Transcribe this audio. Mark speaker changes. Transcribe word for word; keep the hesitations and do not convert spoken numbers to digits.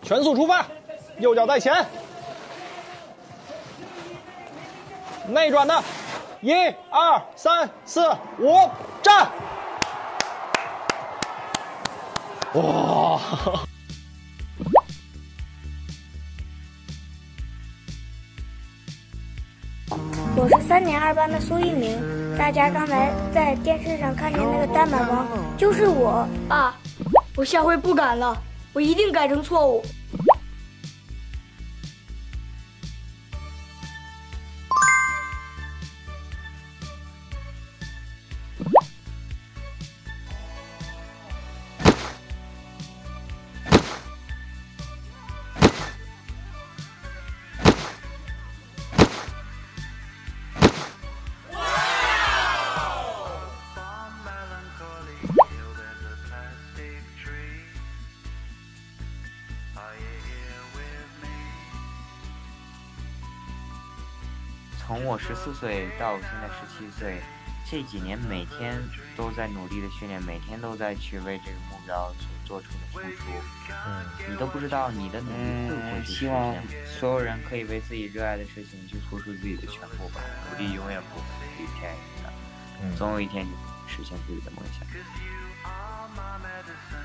Speaker 1: 全速出发，右脚在前，内转的，一二三四五，站！哇！
Speaker 2: 我是三年二班的苏一鸣，大家刚才在电视上看见那个单板王，就是我。
Speaker 3: 爸，我下回不敢了，我一定改正错误。
Speaker 4: 从我十四岁到现在十七岁，这几年每天都在努力的训练，每天都在去为这个目标所做出的付出。嗯，你都不知道你的努力会不会去实现。所有人可以为自己热爱的事情去付出自己的全部吧，努力永远不会是骗人的。嗯，总有一天你实现自己的梦想。